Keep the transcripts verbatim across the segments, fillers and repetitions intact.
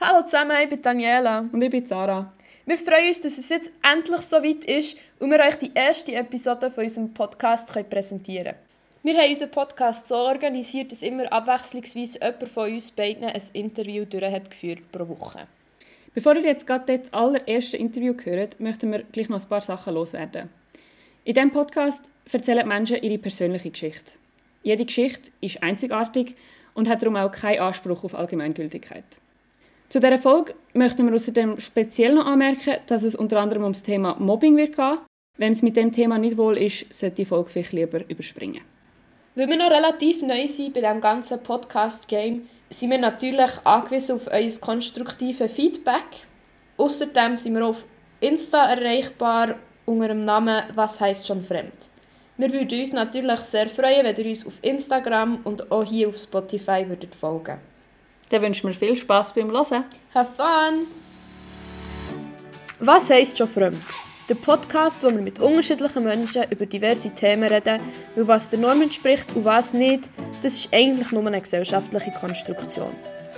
Hallo zusammen, ich bin Daniela. Und ich bin Sarah. Wir freuen uns, dass es jetzt endlich so weit ist und wir euch die erste Episode von unserem Podcast präsentieren können. Wir haben unseren Podcast so organisiert, dass immer abwechslungsweise jemand von uns beiden ein Interview durchgeführt pro Woche. Bevor ihr jetzt gerade das allererste Interview hört, möchten wir gleich noch ein paar Sachen loswerden. In diesem Podcast erzählen Menschen ihre persönliche Geschichte. Jede Geschichte ist einzigartig und hat darum auch keinen Anspruch auf Allgemeingültigkeit. Zu dieser Folge möchten wir außerdem speziell noch anmerken, dass es unter anderem um das Thema Mobbing wird gehen. Wenn es mit dem Thema nicht wohl ist, sollte die Folge vielleicht lieber überspringen. Weil wir noch relativ neu sind bei diesem ganzen Podcast-Game, sind wir natürlich angewiesen auf euer konstruktives Feedback. Außerdem sind wir auf Insta erreichbar unter dem Namen «Was heisst schon fremd?». Wir würden uns natürlich sehr freuen, wenn ihr uns auf Instagram und auch hier auf Spotify würdet folgen. Dann wünschen wir viel Spass beim Hören. Have fun! «Was heisst schon fremd?». Der Podcast, wo wir mit unterschiedlichen Menschen über diverse Themen reden, weil was der Norm entspricht und was nicht, das ist eigentlich nur eine gesellschaftliche Konstruktion.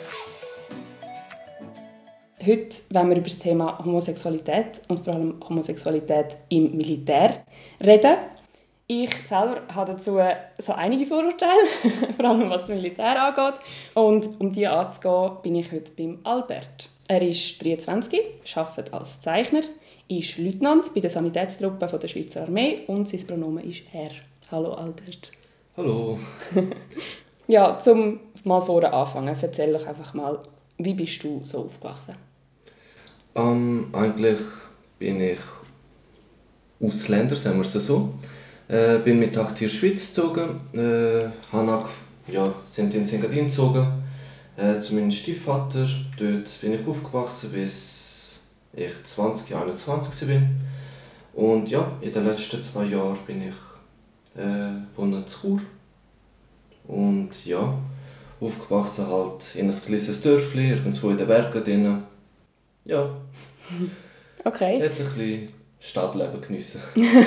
Heute wollen wir über das Thema Homosexualität und vor allem Homosexualität im Militär reden. Ich selber habe dazu so einige Vorurteile, vor allem was das Militär angeht. Und um die anzugehen, bin ich heute beim Albert. Er ist dreiundzwanzig, arbeitet als Zeichner, ist Leutnant bei der Sanitätstruppe der Schweizer Armee und sein Pronomen ist er. Hallo Albert. Hallo. Ja, zum mal vorne anfangen, erzähl doch einfach mal, wie bist du so aufgewachsen? Um, eigentlich bin ich Ausländer, sagen wir es so. Äh, bin mit acht in die Schweiz gezogen, äh, habe ja, sind in Engadin gezogen, äh, zu meinem Stiefvater. Dort bin ich aufgewachsen, bis ich zwanzig, einundzwanzig war. Und ja, in den letzten zwei Jahren bin ich äh, wohne in Chur. Und ja, aufgewachsen halt in ein kleines Dörfli, irgendwo in den Bergen drin. Ja. Okay. Jetzt ein bisschen Stadtleben geniessen.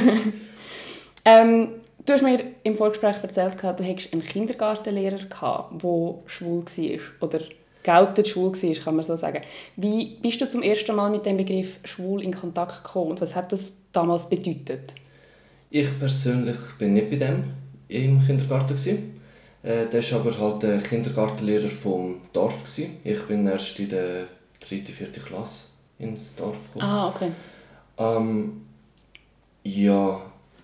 ähm, du hast mir im Vorgespräch erzählt, du hattest einen Kindergartenlehrer, der schwul war. Oder geoutet schwul war, kann man so sagen. Wie bist du zum ersten Mal mit dem Begriff schwul in Kontakt gekommen und was hat das damals bedeutet? Ich persönlich bin nicht bei dem im Kindergarten. Äh, das war aber halt der Kindergartenlehrer vom Dorf. Ich bin erst in der dritten, vierten Klasse ins Dorf gekommen. Ah, okay. Ähm, ja.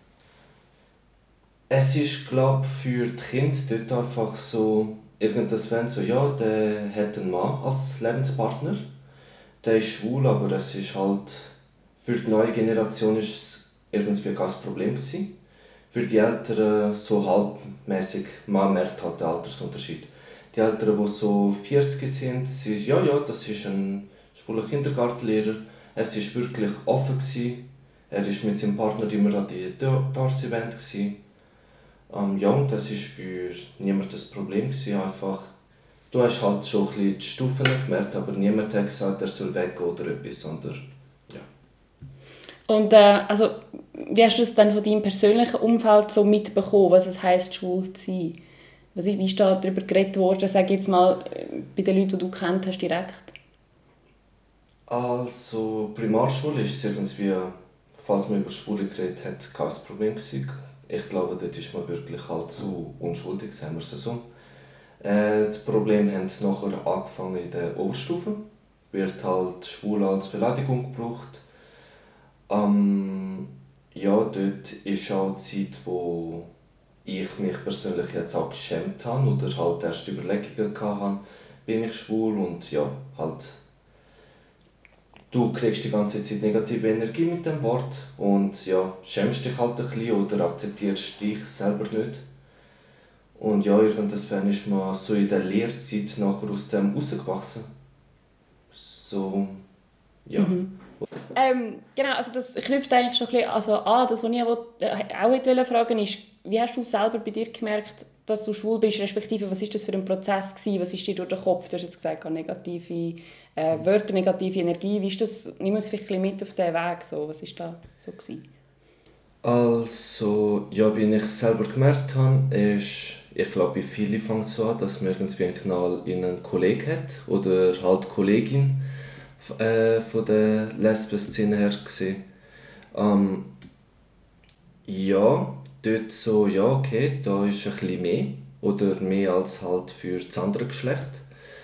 Es ist, glaube ich, für die Kinder dort einfach so, irgendwas wenn so, ja, der hat einen Mann als Lebenspartner. Der ist schwul, aber es ist halt, für die neue Generation ist es irgendwie kein Problem gewesen. Für die Älteren so halbmäßig, man merkt halt den Altersunterschied. Die Älteren, die so vierzig sind, sagen, ja, ja, das ist ein schwuler Kindergartenlehrer. Es war wirklich offen gewesen. Er war mit seinem Partner immer an die Tars-Event. Ähm, ja, und das war für niemanden das Problem gewesen, einfach. Du hast halt schon ein bisschen die Stufen gemerkt, aber niemand hat gesagt, er soll weggehen oder etwas, sondern ja. Und äh, also, wie hast du es dann von deinem persönlichen Umfeld so mitbekommen, was es heisst, schwul zu sein? Was ist, wie ist da darüber geredet worden, sag jetzt mal, bei den Leuten, die du kennt hast, direkt? Also, Primarschule ist es irgendwie, falls man über Schwule geredet hat, kein Problem gewesen. Ich glaube, dort ist man wirklich halt zu unschuldig, sagen wir es so. Äh, das Problem haben nachher angefangen in der Oberstufe. Wird halt schwul als Beleidigung gebraucht. Ähm, ja, dort ist auch die Zeit, wo ich mich persönlich jetzt auch geschämt habe oder halt erst Überlegungen hatte, bin ich schwul und ja, halt du kriegst die ganze Zeit negative Energie mit dem Wort und ja, schämst dich halt ein bisschen oder akzeptierst dich selber nicht. Und ja, irgendwann ist man so in der Lehrzeit nachher aus dem rausgewachsen. So, ja. Mhm. Ähm, genau, also das knüpft eigentlich schon ein bisschen also an. Das, was ich auch, auch wollte fragen, ist, wie hast du selber bei dir gemerkt, dass du schwul bist, respektive was war das für ein Prozess gewesen? Was ist dir durch den Kopf? Du hast jetzt gesagt, negative äh, Wörter, negative Energie. Wie ist das? Nimm uns vielleicht ein bisschen mit auf diesen Weg. So. Was war da so gewesen? Also, ja, wie ich es selber gemerkt habe, ist, ich glaube, bei vielen fängt es so an, dass man irgendwie einen Knall in einen Kollegen hat oder halt Kollegin äh, von der Lesben-Szene her gesehen. Ähm, ja, dort so, ja okay, da ist ein bisschen mehr oder mehr als halt für das andere Geschlecht.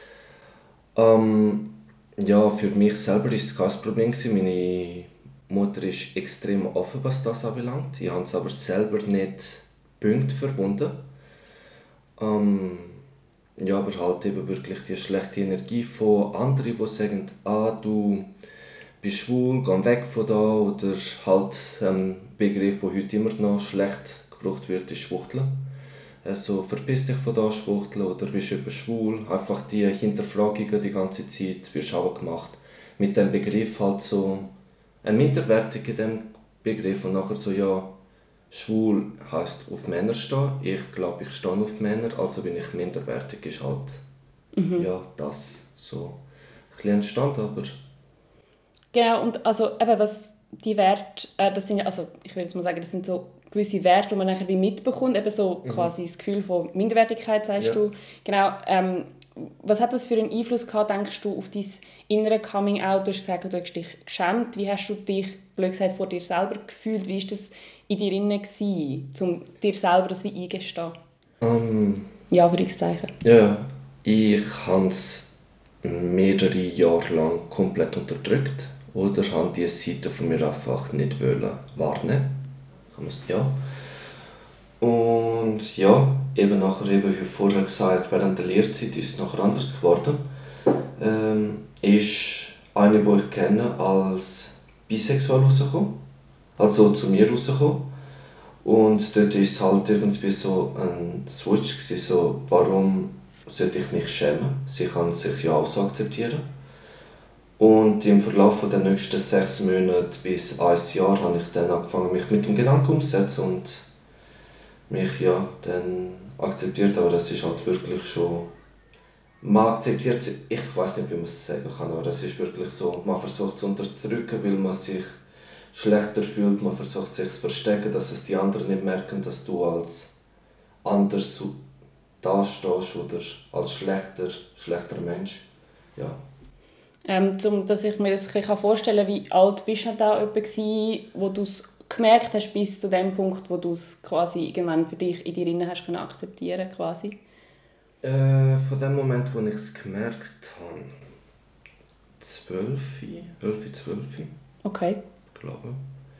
Ähm, ja, für mich selber war es kein Problem gewesen. Meine Mutter ist extrem offen, was das anbelangt. Ich habe es aber selber nicht Punkte verbunden. Ähm, ja, aber halt eben wirklich die schlechte Energie von anderen, die sagen, ah, du bist schwul, geh weg von da. Oder halt ein Begriff, der heute immer noch schlecht gebraucht wird, ist Schwuchteln. Also verpiss dich von da, Schwuchteln, oder bist du schwul. Einfach die Hinterfragungen die ganze Zeit wirst auch gemacht. Mit dem Begriff halt so ein Minderwertig in dem Begriff und nachher so, ja, schwul heisst auf Männer stehen. Ich glaube, ich stehe auf Männer, also bin ich minderwertig. Ist halt, mhm. ja, das so ein bisschen entstanden, aber... Genau, und also eben, was die Werte, äh, das sind, also ich würde jetzt mal sagen, das sind so gewisse Werte, die man nachher wie mitbekommt, eben so mhm. quasi das Gefühl von Minderwertigkeit, sagst ja. du. Genau, ähm, was hat das für einen Einfluss gehabt, denkst du, auf dein innere Coming-out? Du hast gesagt, du hast dich geschämt. Wie hast du dich, blöd gesagt, vor dir selber gefühlt? Wie war das in dir drin, um dir selber das wie eingestehen? Um, ja, Anführungszeichen. Ja, ich habe es mehrere Jahre lang komplett unterdrückt. Oder habe diese Seite von mir einfach nicht wahrnehmen. Kann man es, ja. Und ja, eben nachher, eben, wie vorher gesagt, während der Lehrzeit ist es nachher anders geworden. Ähm, ist eine, die ich kenne, als bisexuell rausgekommen. Also zu mir rausgekommen. Und dort war es halt irgendwie so ein Switch gewesen, so, warum sollte ich mich schämen? Sie kann sich ja auch so akzeptieren. Und im Verlauf der nächsten sechs Monate bis ein Jahr habe ich dann angefangen, mich mit dem Gedanken umzusetzen und mich ja dann akzeptiert, aber das ist halt wirklich schon... Man akzeptiert es, ich weiß nicht, wie man es sagen kann, aber es ist wirklich so, man versucht es unterzudrücken, weil man sich schlechter fühlt, man versucht sich zu verstecken, dass es die anderen nicht merken, dass du als anders dastehst oder als schlechter, schlechter Mensch. Ja. Ähm, um, dass ich mir das ein bisschen vorstellen kann, wie alt bist du da gewesen, wo du es gemerkt hast, bis zu dem Punkt, wo du es quasi irgendwann für dich in dir drin hast können akzeptieren quasi? Äh, von dem Moment, wo ich es gemerkt habe, zwölf, elf, zwölf. Okay. Ich glaube.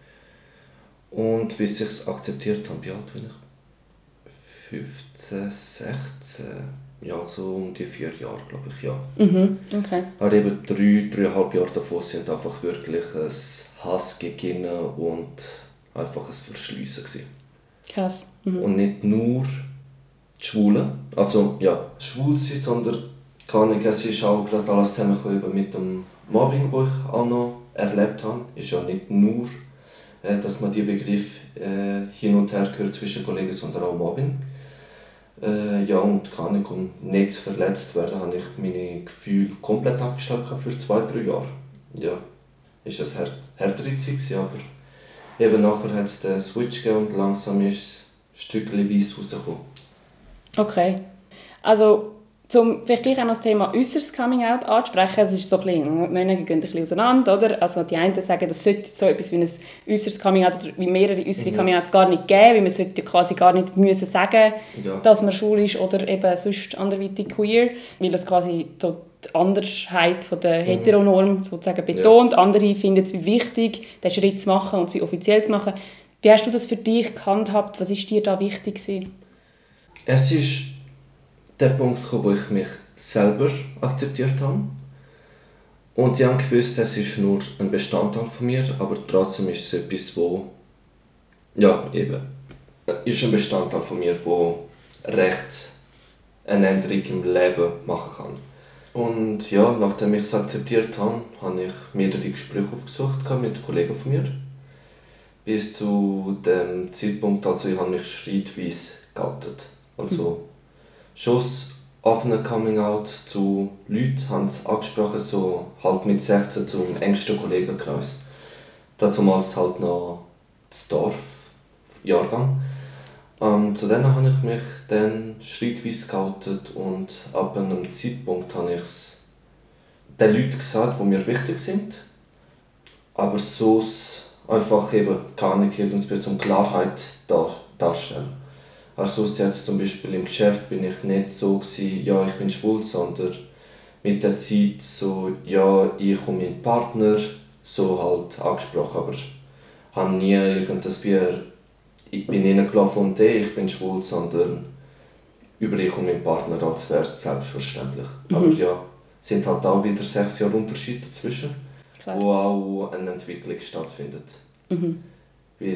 Und bis ich es akzeptiert habe, wie alt bin ich? fünfzehn, sechzehn. Ja, so um die vier Jahre, glaube ich, ja. Mhm, okay. Aber eben drei, dreieinhalb Jahre davon sind einfach wirklich ein Hass gegen und einfach ein Verschliessen gewesen. Krass. Mhm. Und nicht nur die Schwulen, also ja, schwul sein, sondern kann ich, es ist auch gerade alles zusammengekommen mit dem Mobbing, das ich auch noch erlebt habe. Es ist ja nicht nur, äh, dass man die Begriffe äh, hin und her hört zwischen Kollegen, sondern auch Mobbing. Äh, ja, und kann ich, um nicht verletzt werden, habe ich meine Gefühle komplett abgestellt für zwei, drei Jahre. Ja, ist das eine härtere Zeit gewesen, aber eben nachher hat es den Switch gegeben und langsam ist es ein Stückchen weiss rausgekommen. Okay. Also, um vielleicht gleich auch noch das Thema äußeres Coming-out anzusprechen, das ist so ein bisschen, Männer gehen ein bisschen auseinander, oder? Also die einen sagen, das sollte so etwas wie ein äußeres Coming-out oder wie mehrere äußere mhm. Coming-outs gar nicht geben, weil man sollte quasi gar nicht müssen sagen, ja. dass man schwul ist oder eben sonst anderweitig queer, weil das quasi so die Andersheit von der Heteronorm sozusagen betont. Ja. Andere finden es wie wichtig, den Schritt zu machen und es wie offiziell zu machen. Wie hast du das für dich gehandhabt? Was ist dir da wichtig gewesen? Es ist der Punkt gekommen, wo ich mich selber akzeptiert habe. Und ich habe gewusst, es ist nur ein Bestandteil von mir, aber trotzdem ist es etwas, wo ja, eben, ist ein Bestandteil von mir, wo recht eine Änderung im Leben machen kann. Und ja, nachdem ich es akzeptiert habe, habe ich mehrere Gespräche aufgesucht mit Kollegen von mir. Bis zu dem Zeitpunkt, also ich habe mich schrittweise geoutet. Also schon das offene Coming-out zu Leuten, haben es angesprochen, so halt mit sechzehn zum engsten Kollegenkreis. Damals halt noch das Dorf, Jahrgang. Ähm, zu denen habe ich mich dann schrittweise geoutet und ab einem Zeitpunkt habe ich es den Leuten gesagt, die mir wichtig sind. Aber so einfach eben gar nicht irgendwie zum Klarheit dar darstellen. Also jetzt zum Beispiel im Geschäft bin ich nicht so gewesen, ja ich bin schwul, sondern mit der Zeit so, ja ich und mein Partner so halt angesprochen, aber ich habe nie irgendwas wie, ich bin reingelaufen und hey, ich bin schwul, sondern über ich und meinen Partner, als wäre es selbstverständlich. Mhm. Aber ja, es sind halt auch wieder sechs Jahre Unterschied dazwischen, Klar. Wo auch eine Entwicklung stattfindet. Mhm. Weil,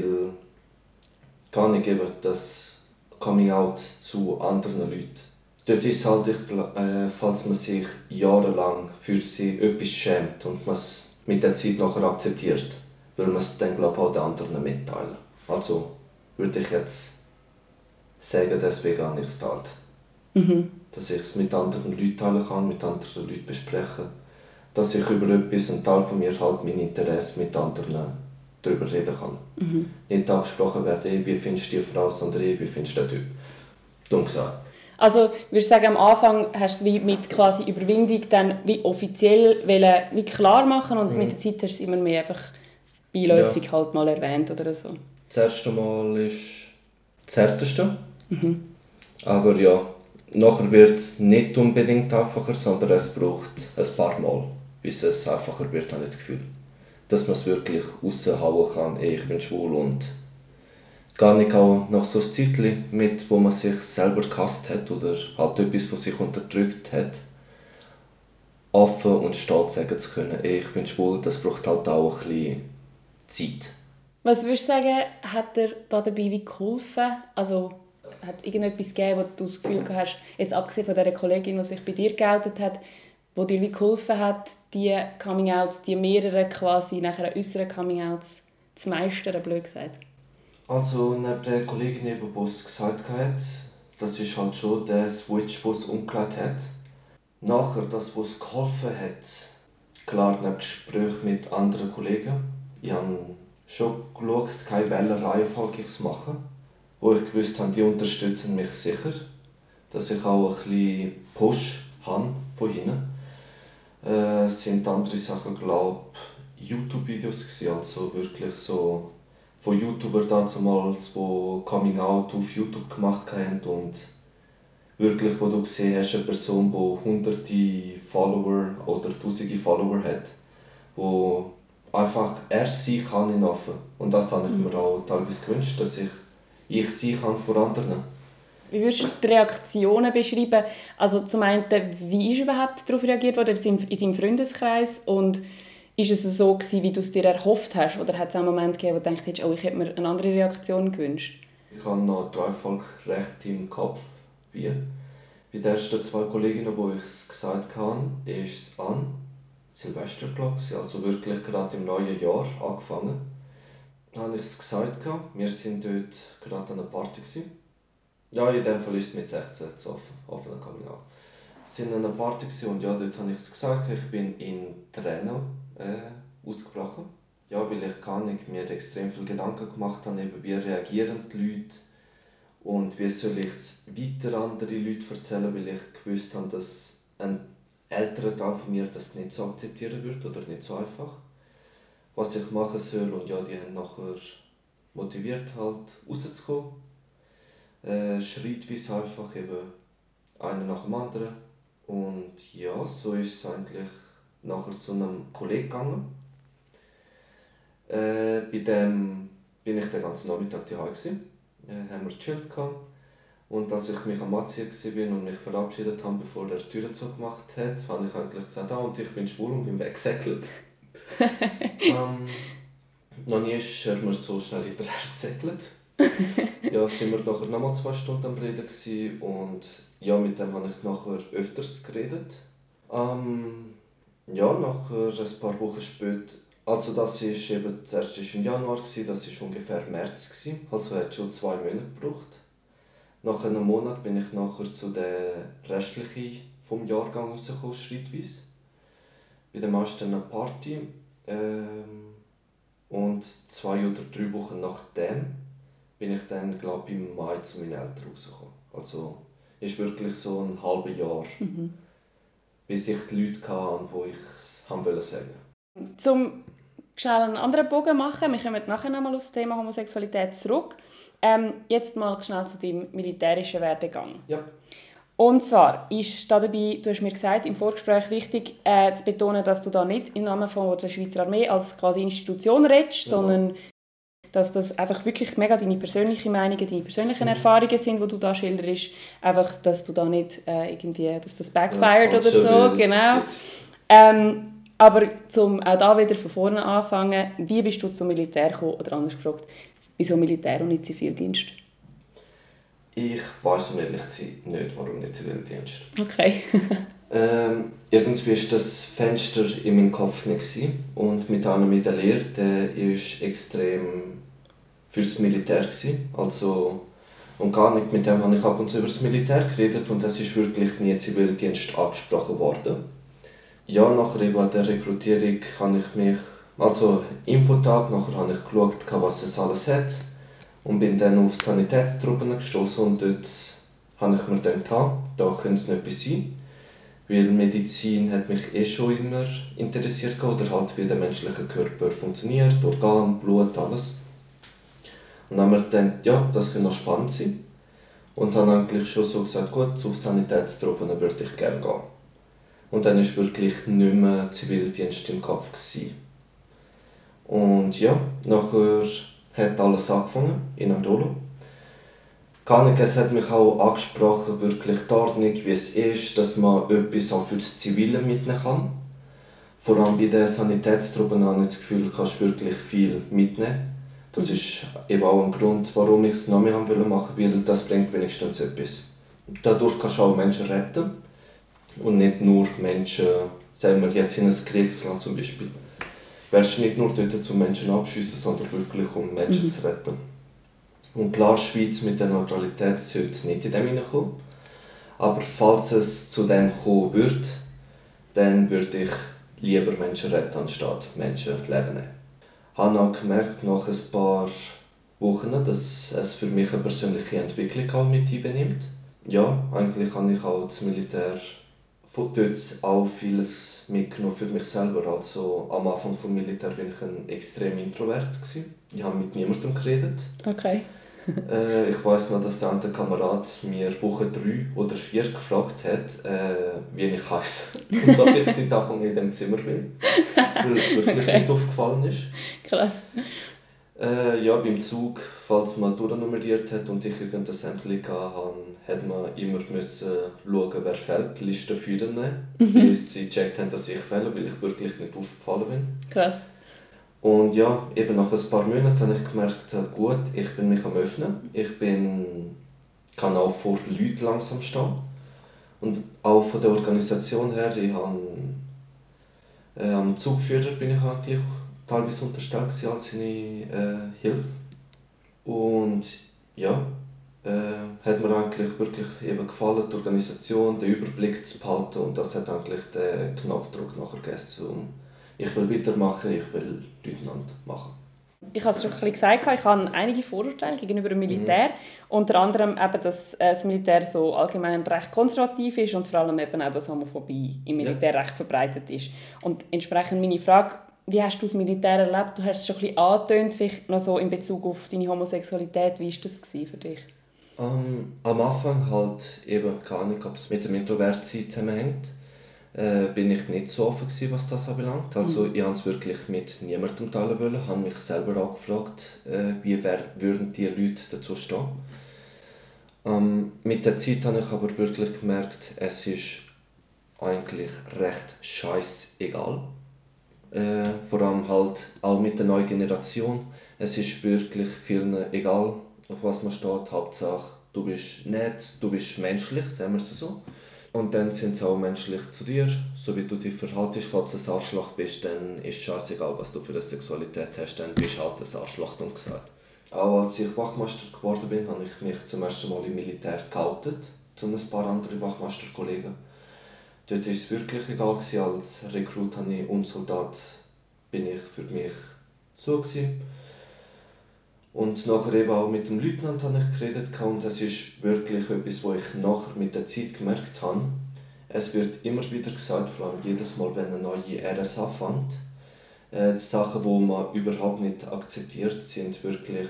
kann ich eben das Coming Out zu anderen Leuten. Dort ist halt, ich, äh, falls man sich jahrelang für sie etwas schämt und man es mit der Zeit nachher akzeptiert, will man es dann glaube ich auch den anderen mitteilen. Also würde ich jetzt sagen, deswegen habe ich es geteilt. Mhm. Dass ich es mit anderen Leuten teilen kann, mit anderen Leuten besprechen. Dass ich über etwas, ein Teil von mir halt mein Interesse mit anderen darüber reden kann. Mhm. Nicht angesprochen werden, hey, wie findest du die Frau, sondern hey, wie findest du den Typ. Dumm gesagt. Also würdest du sagen, am Anfang hast du es wie mit quasi Überwindung dann wie offiziell wie klar machen und mhm. mit der Zeit hast du es immer mehr einfach beiläufig ja. halt mal erwähnt oder so? Das erste Mal ist das Härteste. Mhm. Aber ja, nachher wird es nicht unbedingt einfacher, sondern es braucht ein paar Mal, bis es einfacher wird, habe ich das Gefühl. Dass man es wirklich raushauen kann, ey, ich bin schwul und gar nicht auch nach so einem Zeitchen mit, wo man sich selber gehasst hat oder halt etwas von sich unterdrückt hat, offen und stolz sagen zu können, ey, ich bin schwul, das braucht halt auch ein bisschen Zeit. Was würdest du sagen, hat dir da dabei wie geholfen? Also, hat es irgendetwas gegeben, wo du das Gefühl hast, jetzt abgesehen von dieser Kollegin, die sich bei dir geoutet hat, wo dir wie geholfen hat, die Coming-outs, die mehreren quasi nachher äußeren Coming-outs zu meistern, blöd gesagt? Also neben der Kollegin, die es gesagt hat, das ist halt schon der Switch, den es umgelegt hat. Nachher, das, was geholfen hat, klar, neben Gesprächen mit anderen Kollegen. Ich habe schon geschaut, keine Wellenreihenfolge ich mache, wo ich gewusst habe, die unterstützen mich sicher. Dass ich auch ein bisschen Push habe von ihnen. Äh, es sind andere Sachen, glaube ich, YouTube-Videos gewesen, also wirklich so von YouTubern damals, die Coming Out auf YouTube gemacht haben und wirklich, wo du gesehen hast, eine Person, die hunderte Follower oder tausende Follower hat, wo einfach erst sein kann in offen. Und das habe ich mhm. mir auch teilweise gewünscht, dass ich, ich sein kann vor anderen. Wie würdest du die Reaktionen beschreiben? Also zum einen, wie ist überhaupt darauf reagiert worden in deinem Freundeskreis und ist es so gewesen, wie du es dir erhofft hast? Oder hat es auch einen Moment gegeben, wo du denkst, oh, ich hätte mir eine andere Reaktion gewünscht? Ich habe noch drei Folgen recht im Kopf. Wie? Bei den ersten zwei Kolleginnen, die ich es gesagt habe, ist es an Silvester, glaube ich, also wirklich gerade im neuen Jahr angefangen. Da habe ich es gesagt, wir waren dort gerade an einer Party. Ja, in dem Fall ist es mit sechzehn zu offen, offener Coming Out. Wir waren an einer Party und ja, dort habe ich es gesagt, ich bin in Tränen äh, ausgebrochen. Ja, weil ich gar nicht mir extrem viel Gedanken gemacht habe, eben, wie reagieren die Leute und wie soll ich es weiter andere Leute erzählen, weil ich gewusst habe, dass ein älterer Teil von mir das nicht so akzeptieren wird oder nicht so einfach, was ich machen soll. Und ja, die haben nachher motiviert, halt rauszukommen. Äh, schrittweise einfach eben einer nach dem anderen. Und ja, so ist es eigentlich nachher zu einem Kollegen gegangen. Äh, bei dem bin ich den ganzen Nachmittag daheim gewesen. Äh, haben wir gechillt gehabt. Und als ich mich am Anziehen war und mich verabschiedet habe, bevor er die Tür zugemacht hat, habe ich eigentlich gesagt, ah, und ich bin schwul und bin weggesäckelt. ähm, noch nie ist er mir so schnell hinterher gesäckelt. Ja, sind wir doch noch mal zwei Stunden am Reden gewesen und ja, mit dem habe ich nachher öfters geredet. Ähm, ja, nachher ein paar Wochen später, also das ist eben, das erste war im Januar, gewesen, das war ungefähr März, gewesen, also hat schon zwei Monate gebraucht. Nach einem Monat bin ich nachher zu der restlichen vom Jahrgang rausgekommen, schrittweise. Bei den meisten eine Party. Ähm, und zwei oder drei Wochen nachdem bin ich dann, glaube ich, im Mai zu meinen Eltern rausgekommen. Also ist wirklich so ein halbes Jahr, mhm. bis ich die Leute hatte, die ich es sagen wollte. Zum schnell einen anderen Bogen machen, wir kommen nachher noch mal auf das Thema Homosexualität zurück. Ähm, jetzt mal schnell zu deinem militärischen Werdegang. Ja. Und zwar ist da dabei, du hast mir gesagt, im Vorgespräch wichtig äh, zu betonen, dass du da nicht im Namen von der Schweizer Armee als quasi Institution redest, ja. sondern dass das einfach wirklich mega deine persönlichen Meinungen, deine persönlichen mhm. Erfahrungen sind, die du da schilderst. Einfach, dass du da nicht äh, irgendwie, dass das backfired ja, oder so. Genau. Ähm, aber um auch da wieder von vorne anfangen, wie bist du zum Militär gekommen? Oder anders gefragt, wieso Militär und nicht Zivildienst? Ich weiss, um ehrlich zu sein, nicht, warum nicht Zivildienst. Okay. ähm, irgendwie war das Fenster in meinem Kopf nicht. Und mit einem mit der Lehre, der war extrem fürs Militär. Also, und gar nicht mit dem habe ich ab und zu über das Militär geredet und es ist wirklich nie Zivildienst angesprochen worden. Ja, nachher eben an der Rekrutierung habe ich mich, also Infotag, nachher habe ich geschaut, was es alles hat. Und bin dann auf Sanitätstruppen gestoßen und dort habe ich mir gedacht, da könnte es nicht etwas sein. Weil Medizin hat mich eh schon immer interessiert, oder halt wie der menschliche Körper funktioniert, Organ, Blut, alles. Und dann habe ich mir gedacht, ja, das könnte noch spannend sein. Und dann habe ich eigentlich schon so gesagt, gut, auf Sanitätstruppen würde ich gerne gehen. Und dann war wirklich nicht mehr Zivildienst im Kopf gewesen. Und ja, nachher hat alles angefangen in Andolo. Gar nicht, es hat mich auch angesprochen, wirklich die Ordnung, wie es ist, dass man etwas auch für das Zivile mitnehmen kann. Vor allem bei den Sanitätstruppen habe ich das Gefühl, du kannst wirklich viel mitnehmen. Das ist eben auch ein Grund, warum ich es noch mehr machen wollte, weil das bringt wenigstens etwas. Dadurch kannst du auch Menschen retten. Und nicht nur Menschen, sagen wir jetzt in einem Kriegsland zum Beispiel. Wärst du nicht nur dort, um Menschen abschiessen, sondern wirklich um Menschen mhm. zu retten. Und klar, die Schweiz mit der Neutralität sollte nicht in dem hineinkommen. Aber falls es zu dem kommen würde, dann würde ich lieber Menschen retten, anstatt Menschen leben nehmen. Ich habe auch gemerkt, nach ein paar Wochen, dass es für mich eine persönliche Entwicklung auch mit übernimmt. Ja, eigentlich habe ich auch das Militär dort auch vieles mitgenommen für mich selber. Also, am Anfang des Militär war ich ein extrem Introvert. Ich habe mit niemandem geredet. Okay. äh, ich weiss noch, dass der andere Kamerad mir Woche drei oder vier gefragt hat, äh, wie ich heisse. Und ob ich seit Anfang in diesem Zimmer bin. Weil es wirklich okay. nicht aufgefallen ist. Krass. Äh, ja, beim Zug, falls man durchnummeriert hat und ich irgendein Sämtchen hatte, hat man immer müssen schauen, wer fällt, die Liste führen, mhm. bis sie gecheckt haben, dass ich fehle, weil ich wirklich nicht aufgefallen bin. Krass. Und ja, eben nach ein paar Monaten habe ich gemerkt, gut, ich bin mich am Öffnen. Ich bin, kann auch vor Leuten langsam stehen. Und auch von der Organisation her, ich habe, äh, am Zugführer bin ich eigentlich teilweise unterstellt als seine äh, Hilfe. Und ja, äh, hat mir eigentlich wirklich eben gefallen, die Organisation, den Überblick zu behalten. Und das hat eigentlich den Knopfdruck nachher gegeben, um ich will weitermachen, ich will Leutnant machen. Ich habe es schon ein bisschen gesagt, ich habe einige Vorurteile gegenüber dem Militär. Mhm. Unter anderem, eben, dass das Militär so allgemein recht konservativ ist und vor allem eben auch, dass Homophobie im Militär ja. recht verbreitet ist. Und entsprechend meine Frage, wie hast du das Militär erlebt? Du hast es schon ein bisschen angetönt, vielleicht noch so in Bezug auf deine Homosexualität. Wie war das für dich? Um, am Anfang halt eben gar nicht, ob es mit dem Introvertsein zusammenhängt. Äh, bin ich nicht so offen gewesen, was das anbelangt. Also mhm. ich wollte es wirklich mit niemandem teilen wollen. Ich habe mich selber auch gefragt, äh, wie wär, würden die Leute dazu stehen. Ähm, mit der Zeit habe ich aber wirklich gemerkt, es ist eigentlich recht scheissegal. Äh, vor allem halt auch mit der neuen Generation. Es ist wirklich vielen egal, auf was man steht. Hauptsache, du bist nett, du bist menschlich, sagen wir es so. Und dann sind sie auch menschlich zu dir, so wie du dich verhaltest. Falls du ein Arschloch bist, dann ist es scheißegal, was du für eine Sexualität hast, dann bist du halt ein Arschloch, dumm gesagt. Auch als ich Wachmeister geworden bin, habe ich mich zum ersten Mal im Militär geoutet, zu ein paar anderen Wachmeisterkollegen. Dort war es wirklich egal, als Rekrut und Soldat bin ich für mich so gewesen. Und nachher eben auch mit dem Leutnant habe ich geredet und es ist wirklich etwas, was ich nachher mit der Zeit gemerkt habe. Es wird immer wieder gesagt, vor allem jedes Mal, wenn eine neue R S anfängt, äh, die Sachen, die man überhaupt nicht akzeptiert, sind wirklich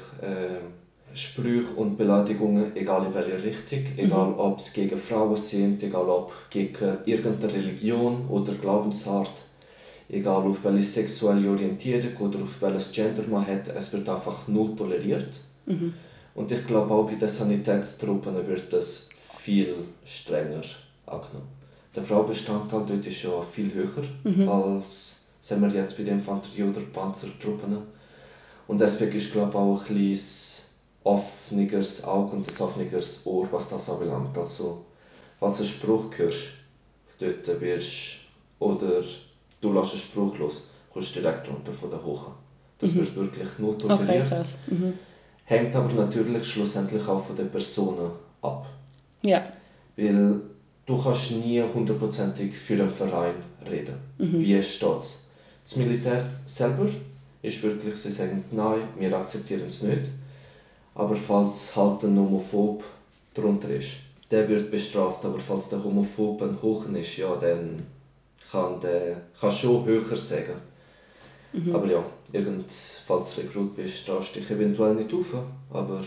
äh, Sprüche und Beleidigungen, egal in welche Richtung, egal Mhm. ob es gegen Frauen sind, egal ob gegen irgendeine Religion oder Glaubensart, egal auf welche sexuelle Orientierung oder auf welches Gender man hat, es wird einfach null toleriert. Mhm. Und ich glaube auch bei den Sanitätstruppen wird das viel strenger angenommen. Der Frauenbestandteil dort ist ja viel höher Mhm. als sind wir jetzt bei den Infanterie- oder Panzertruppen. Und deswegen ist glaube ich auch ein kleines offeneres Auge und ein offeneres Ohr, was das anbelangt. Also, was einen Spruch hörst, dort wirst oder du lässt einen Spruch los, kommst direkt runter von der Hoche. Das Mhm. wird wirklich nur Okay, toleriert. krass. Mhm. Hängt aber natürlich schlussendlich auch von den Personen ab. Ja. Weil du kannst nie hundertprozentig für einen Verein reden. Mhm. Wie steht es? Das Militär selber ist wirklich, sie sagen, nein, wir akzeptieren es nicht. Aber falls halt ein Homophob darunter ist, der wird bestraft. Aber falls der Homophob ein Hochen ist, ja, dann kann der kann schon höher sagen. Mhm. Aber ja, irgend, falls du Rekrut bist, traust du dich eventuell nicht auf. Aber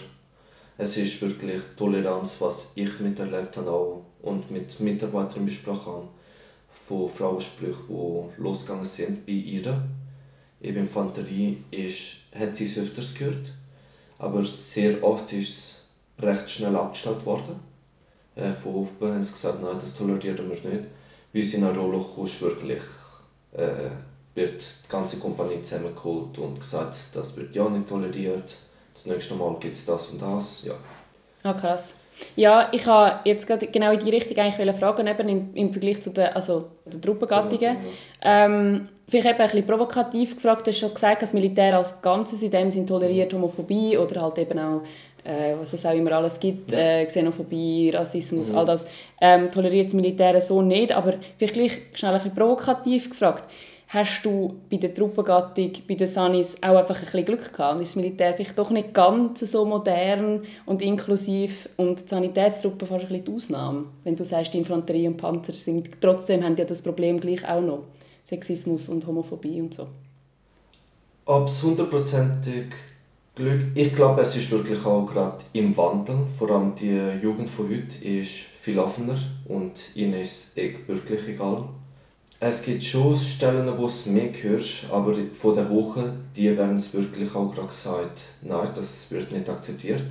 es ist wirklich Toleranz, was ich miterlebt habe auch und mit Mitarbeitern besprochen habe, von Frauensprüchen, die losgegangen sind bei ihr. In der Infanterie ist, hat sie es öfters gehört, aber sehr oft ist es recht schnell abgestellt worden. Äh, von oben haben sie gesagt, nein, das tolerieren wir nicht. Wie sie in eine Rolle kommst, wirklich äh, wird die ganze Kompanie zusammengeholt und gesagt, das wird ja nicht toleriert. Das nächste Mal gibt es das und das. Ja. Ah, krass. Ja, ich wollte jetzt gerade genau in die Richtung eigentlich fragen, eben im, im Vergleich zu den, also den Truppengattungen. Ähm, vielleicht eben ein bisschen provokativ gefragt, du hast schon gesagt, das Militär als Ganzes in dem Sinn toleriert Homophobie oder halt eben auch, äh, was es auch immer alles gibt, äh, Xenophobie, Rassismus, Mhm. all das, ähm, toleriert das Militär so nicht. Aber vielleicht gleich schnell ein bisschen provokativ gefragt, hast du bei der Truppengattung, bei den Sanis auch einfach ein bisschen Glück gehabt? Und ist das Militär vielleicht doch nicht ganz so modern und inklusiv und die Sanitätstruppen fast ein bisschen die Ausnahme? Wenn du sagst, die Infanterie und Panzer sind, trotzdem haben ja das Problem gleich auch noch. Sexismus und Homophobie und so. Ob es hundertprozentig Glück... Ich glaube, es ist wirklich auch gerade im Wandel. Vor allem die Jugend von heute ist viel offener und ihnen ist es wirklich egal. Es gibt schon Stellen, wo du es mehr hörst, aber von den Hochen, die werden es wirklich auch gerade gesagt, nein, das wird nicht akzeptiert.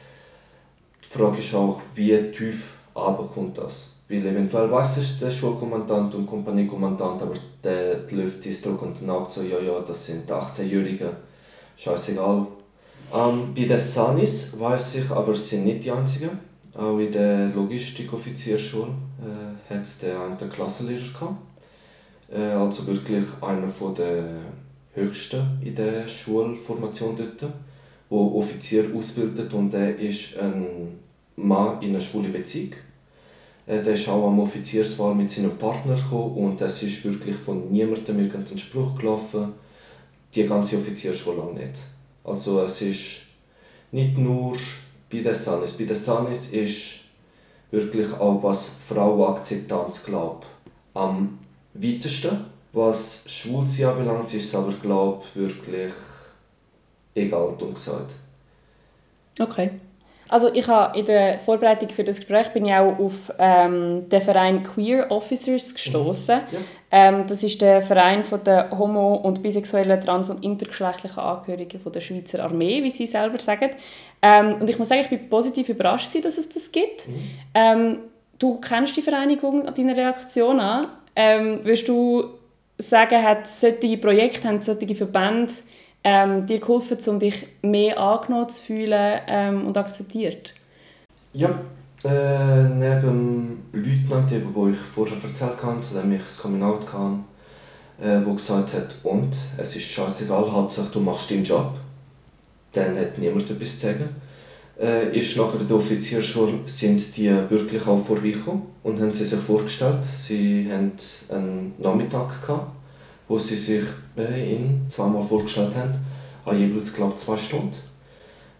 Die Frage ist auch, wie tief kommt das? Weil eventuell weiss es der Schulkommandant und Kompaniekommandant, aber der, der Luft ist Druck und sagt so, ja, ja, das sind achtzehnjährige, scheißegal. Ähm, bei den Sanis weiss ich, aber sie sind nicht die einzigen. Auch in der Logistikoffizierschule äh, hat es den einen Klassenlehrer gehabt. Äh, also wirklich einer der höchsten in der Schulformation dort, der Offizier ausbildet und er ist ein Mann in einer schwulen Beziehung. Äh, der ist auch am Offizierswahl mit seinem Partner gekommen und es ist wirklich von niemandem irgendein Spruch gelaufen, die ganze Offiziersschule auch nicht. Also es ist nicht nur bei den Sanis, bei den Sanis ist wirklich auch was Frauenakzeptanz, glaube ich, am weitesten. Was Schwulsein anbelangt, ist es aber, glaube ich, wirklich egal, dumm gesagt. Okay. Also ich habe in der Vorbereitung für das Gespräch bin ich auch auf ähm, den Verein Queer Officers gestoßen. Ja. Ähm, das ist der Verein von der homo- und bisexuellen, trans- und intergeschlechtlichen Angehörigen von der Schweizer Armee, wie sie selber sagen. Ähm, und ich muss sagen, ich bin positiv überrascht gewesen, dass es das gibt. Mhm. Ähm, du kennst die Vereinigung an deiner Reaktion an. Ähm, würdest du sagen, hat solche Projekte, haben solche Verbände ähm, dir geholfen, um dich mehr angenommen zu fühlen ähm, und akzeptiert? Ja, äh, neben dem Leutnant, den ich vorher erzählt habe, zu dem ich das Coming-out hatte, äh, der gesagt hat, und, es ist scheißegal, Hauptsache du machst deinen Job, dann hat niemand etwas zu sagen. Äh, ist nachher in der Offizierschule sind die wirklich auch vorbeigekommen und haben sie sich vorgestellt. Sie hatten einen Nachmittag gehabt, wo sie sich äh, ihn zweimal vorgestellt haben, an jeweils glaube zwei Stunden.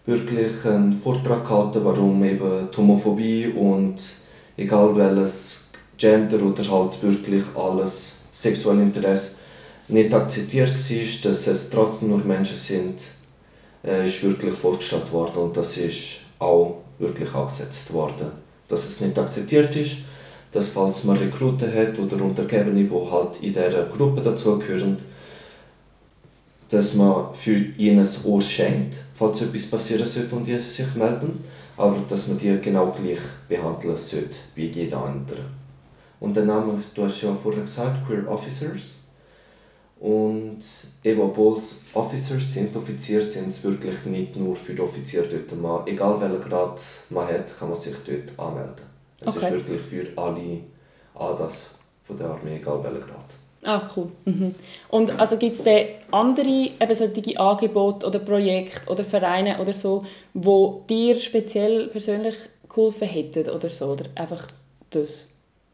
wirklich einen Vortrag gehalten, warum eben die Homophobie und egal welches Gender oder halt wirklich alles sexuelle Interesse nicht akzeptiert war, dass es trotzdem nur Menschen sind, äh, ist wirklich vorgestellt worden und das ist auch wirklich angesetzt worden. Dass es nicht akzeptiert ist, dass falls man Rekruten hat oder Untergebene, die halt in dieser Gruppe dazugehören, dass man für ihnen ein Ohr schenkt, falls etwas passieren sollte und die sich melden, aber dass man die genau gleich behandeln sollte wie jeder andere. Und der Name, du hast ja vorher gesagt, Queer Officers. Und eben, obwohl es Officers sind, Offiziere sind es wirklich nicht nur für die Offiziere dort. Man, egal welchen Grad man hat, kann man sich dort anmelden. Es okay. ist wirklich für alle A D A S von der Armee, egal welchen Grad. Ah, cool. Mhm. Und also gibt es da andere eben solche Angebote oder Projekte oder Vereine oder so, die dir speziell persönlich geholfen hätten oder so? Oder einfach das?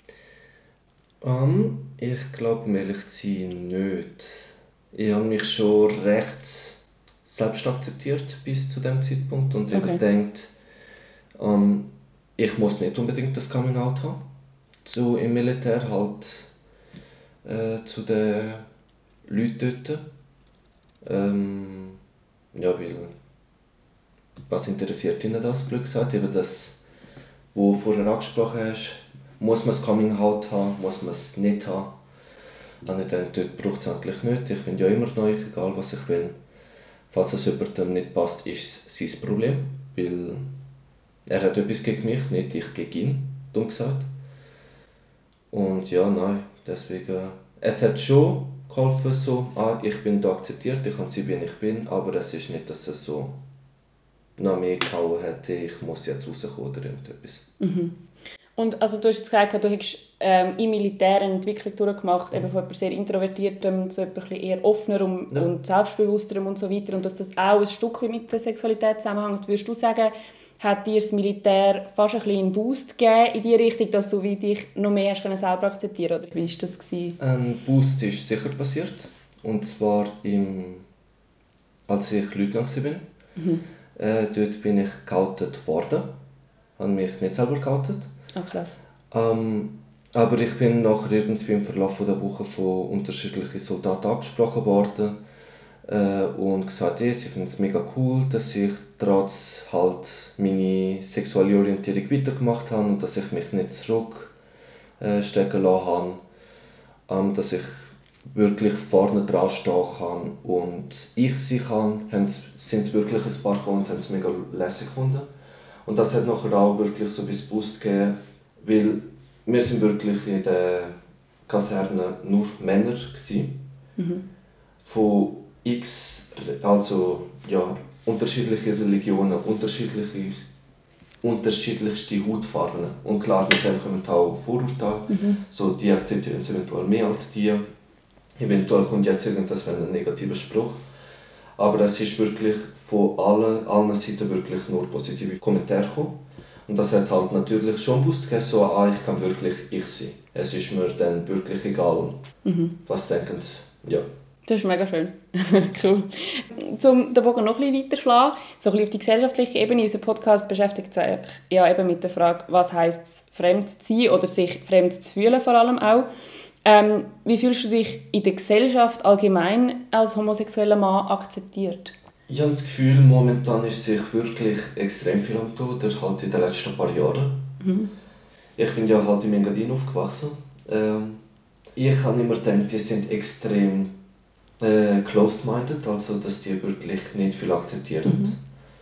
Um, ich glaube, um ehrlich zu sein, nicht. Ich habe mich schon recht selbst akzeptiert bis zu dem Zeitpunkt und okay. gedacht, um, ich muss nicht unbedingt das Coming-out haben. So im Militär halt äh, zu den Leuten dort. Ähm, ja, weil was interessiert ihnen das, blöd gesagt? Eben das, was du vorher angesprochen hast, muss man das Coming-out haben, muss man es nicht haben. Und ich denke, dort braucht es eigentlich nicht. Ich bin ja immer neu, egal was ich will. Falls es jemandem nicht passt, ist es sein Problem. Weil er hat etwas gegen mich, nicht ich gegen ihn, dumm gesagt. Und ja, nein, deswegen... Es hat schon geholfen, so, ah, ich bin da akzeptiert, ich kann sein, wie ich bin, aber es ist nicht, dass es so nach mir gehauen hätte, ich muss jetzt rauskommen oder irgendetwas. Mhm. Und also du hast gesagt, du hast ähm, im Militär eine Entwicklung durchgemacht, eben von etwas sehr Introvertiertem zu etwas eher offener und, ja. und selbstbewussterem und so weiter. Und dass das auch ein Stück mit der Sexualität zusammenhängt. Würdest du sagen, hat dir das Militär fast ein bisschen einen Boost gegeben in die Richtung, dass du wie dich noch mehr hast selber akzeptieren konntest? Oder wie war das gewesen? Ein Boost ist sicher passiert. Und zwar, im, als ich Leutnant war. Mhm. Äh, dort bin ich geoutet worden. Ich habe mich nicht selber geoutet. Ah, krass. Ähm, aber ich bin nachher irgendwie im Verlauf der Woche von unterschiedlichen Soldaten angesprochen worden äh, und gesagt, hey, sie finden es mega cool, dass ich trotz halt meine sexuelle Orientierung weitergemacht habe und dass ich mich nicht zurückstecken lassen habe, ähm, dass ich wirklich vorne dran stehen kann und ich sie kann, sind es wirklich ein paar gekommen und haben es mega lässig gefunden. Und das hat nachher auch wirklich so ein bisschen Boost gegeben, weil wir sind wirklich in der Kaserne nur Männer gewesen. Mhm. Von x, also ja, unterschiedliche Religionen, unterschiedliche, unterschiedlichste Hautfarben. Und klar, mit dem kommen auch Vorurteile. Mhm. So, die akzeptieren es eventuell mehr als die. Eventuell kommt jetzt irgendwas ein negativer Spruch. Aber es ist wirklich von allen, allen Seiten wirklich nur positive Kommentare gekommen. Und das hat halt natürlich schon Boost gegeben, so, ah, ich kann wirklich ich sein. Es ist mir dann wirklich egal, mhm. was denken. Ja. Das ist mega schön. Cool. Um den Bogen noch ein bisschen weiterzuschlagen, so ein bisschen auf die gesellschaftliche Ebene, unser Podcast beschäftigt sich ja eben mit der Frage, was heisst es, fremd zu sein oder sich fremd zu fühlen vor allem auch. Ähm, wie fühlst du dich in der Gesellschaft allgemein als homosexueller Mann akzeptiert? Ich habe das Gefühl, momentan ist sich wirklich extrem viel am tun, halt in den letzten paar Jahren. Mhm. Ich bin ja halt in Engadin aufgewachsen. Ähm, ich habe immer gedacht, die sind extrem äh, closed-minded, also dass die wirklich nicht viel akzeptieren. Mhm.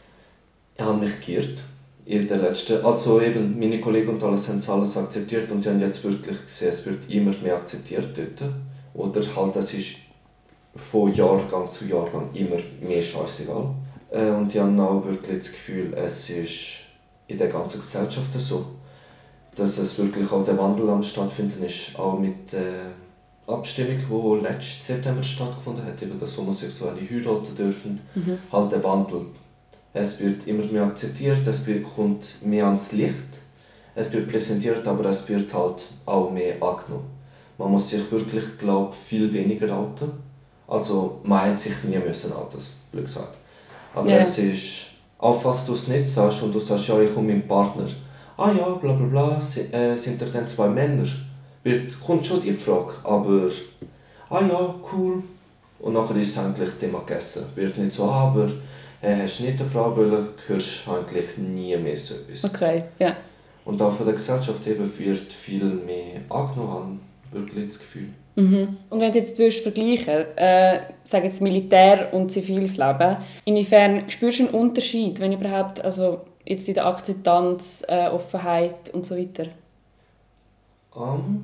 Ich habe mich geirrt. In der letzten, also eben meine Kollegen und alles haben alles akzeptiert und die haben jetzt wirklich gesehen, es wird immer mehr akzeptiert dort. Oder halt, es ist von Jahrgang zu Jahrgang immer mehr scheißegal. Äh, und die haben auch wirklich das Gefühl, es ist in der ganzen Gesellschaft so, dass es wirklich auch der Wandel am stattfinden ist, auch mit der Abstimmung, die letzten September stattgefunden hat, eben, dass Homosexuelle heiraten dürfen, mhm. halt der Wandel. Es wird immer mehr akzeptiert, es kommt mehr ans Licht, es wird präsentiert, aber es wird halt auch mehr angenommen. Man muss sich wirklich, glaube ich, viel weniger outen. Also man hat sich nie müssen outen, blöd gesagt. Aber yeah. es ist Auch falls du es nicht sagst und du sagst, ja, ich komme mit meinem Partner. Ah ja, bla bla bla, sind, äh, sind da dann zwei Männer? Wird, kommt schon die Frage, aber ah ja, cool. Und nachher ist es eigentlich Thema gegessen. Wird nicht so, ah, aber äh, hast du nicht eine Frau wollen, hörst du eigentlich nie mehr so etwas. Okay, ja. Und auch von der Gesellschaft eben wird viel mehr angenommen, wirklich das Gefühl. Mhm. Und wenn du jetzt würdest vergleichen, äh, sagen jetzt Militär und ziviles Leben, inwiefern spürst du einen Unterschied, wenn überhaupt, also jetzt in der Akzeptanz, äh, Offenheit und so weiter? Um,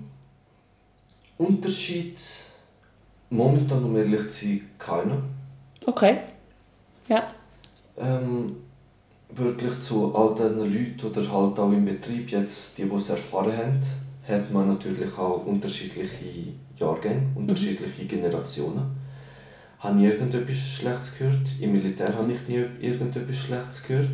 Unterschied momentan, um ehrlich zu sein, keiner. Okay, ja. Ähm, wirklich zu all diesen Leuten oder halt auch im Betrieb, jetzt die, die es erfahren haben, hat man natürlich auch unterschiedliche Jahrgänge, unterschiedliche mhm. Generationen. Habe ich irgendetwas Schlechtes gehört? Im Militär habe ich nie irgendetwas Schlechtes gehört.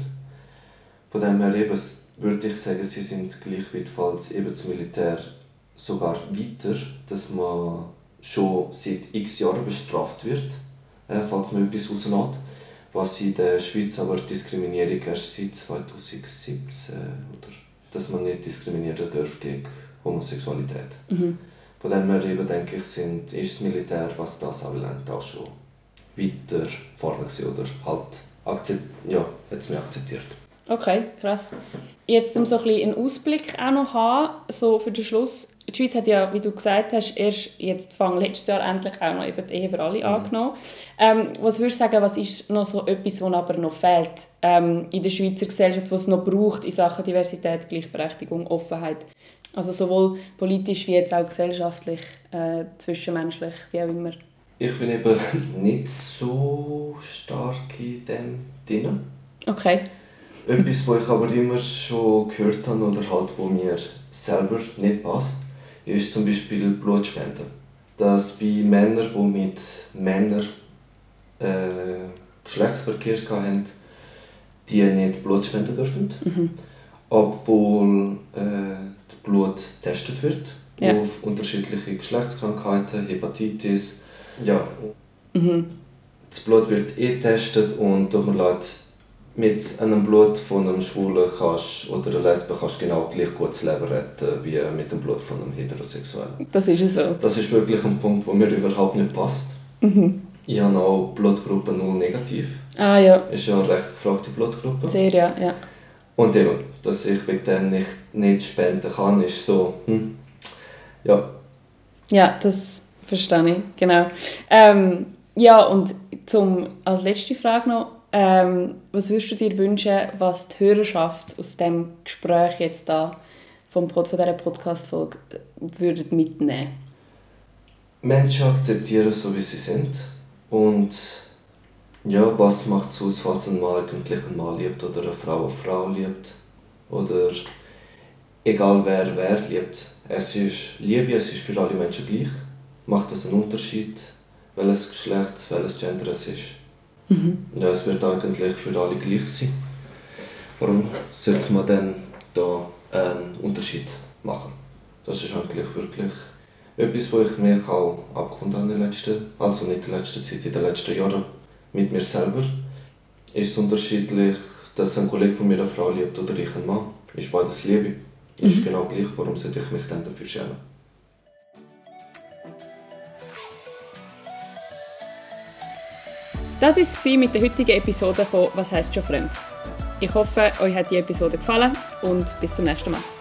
Von dem her eben, würde ich sagen, sie sind gleichwertig eben das Militär sogar weiter, dass man schon seit x Jahren bestraft wird, äh, falls man etwas rausnimmt. Was in der Schweiz aber Diskriminierung erst seit zweitausendsiebzehn, oder dass man nicht diskriminieren darf gegen Homosexualität. Mhm. Von dem her eben, denke ich, sind, ist das Militär, was das anbelangt, auch schon weiter vorne gewesen, oder halt akzept, ja, hat es mir akzeptiert. Okay, krass. Jetzt um so ein bisschen einen Ausblick auch noch haben, so für den Schluss. Die Schweiz hat ja, wie du gesagt hast, erst jetzt Anfang letztes Jahr endlich auch noch eben die Ehe für alle mhm. angenommen. Ähm, was würdest du sagen, was ist noch so etwas, was aber noch fehlt ähm, in der Schweizer Gesellschaft, was es noch braucht in Sachen Diversität, Gleichberechtigung, Offenheit? Also sowohl politisch wie jetzt auch gesellschaftlich, äh, zwischenmenschlich, wie auch immer. Ich bin eben nicht so stark in dem drin. Okay. Etwas, was ich aber immer schon gehört habe oder halt, wo mir selber nicht passt, ist zum Beispiel Blutspenden. Dass bei Männern, die mit Männern äh, Geschlechtsverkehr hatten, die nicht Blut spenden dürfen. Mhm. Obwohl äh, das Blut getestet wird, ja. Auf unterschiedliche Geschlechtskrankheiten, Hepatitis. Ja. Mhm. Das Blut wird eh getestet und man lässt mit einem Blut von einem Schwulen kannst, oder einer Lesbe kannst genau gleich gut das Leben retten wie mit dem Blut von einem Heterosexuellen. Das ist so. Das ist wirklich ein Punkt, der mir überhaupt nicht passt. Mhm. Ich habe auch Blutgruppe null negativ. Ah ja. Ist ja eine recht gefragte Blutgruppe. Sehr, ja. ja. Und eben, dass ich wegen dem nicht, nicht spenden kann, ist so, hm, ja. Ja, das verstehe ich, genau. Ähm, ja, und zum, als letzte Frage noch, ähm, was würdest du dir wünschen, was die Hörerschaft aus diesem Gespräch jetzt da vom Pod, von dieser Podcast-Folge würdet mitnehmen? Menschen akzeptieren, so wie sie sind. Und ja, was macht es aus, falls ein Mann eigentlich einen Mann liebt oder eine Frau eine Frau liebt? Oder egal wer wer liebt. Es ist Liebe, es ist für alle Menschen gleich. Macht das einen Unterschied, welches Geschlecht, welches Gender es ist? Mhm. Ja, es wird eigentlich für alle gleich sein. Warum sollte man dann da einen Unterschied machen? Das ist eigentlich wirklich etwas, wo ich mich auch abgefunden habe in der letzten, also nicht in der letzten Zeit, in den letzten Jahren mit mir selber. Ist es unterschiedlich, dass ein Kollege von mir eine Frau liebt oder ich einen Mann? Ist beides Liebe. Ist mhm. genau gleich, warum sollte ich mich dann dafür schämen? Das war es mit der heutigen Episode von «Was heisst schon fremd?». Ich hoffe, euch hat die Episode gefallen und bis zum nächsten Mal.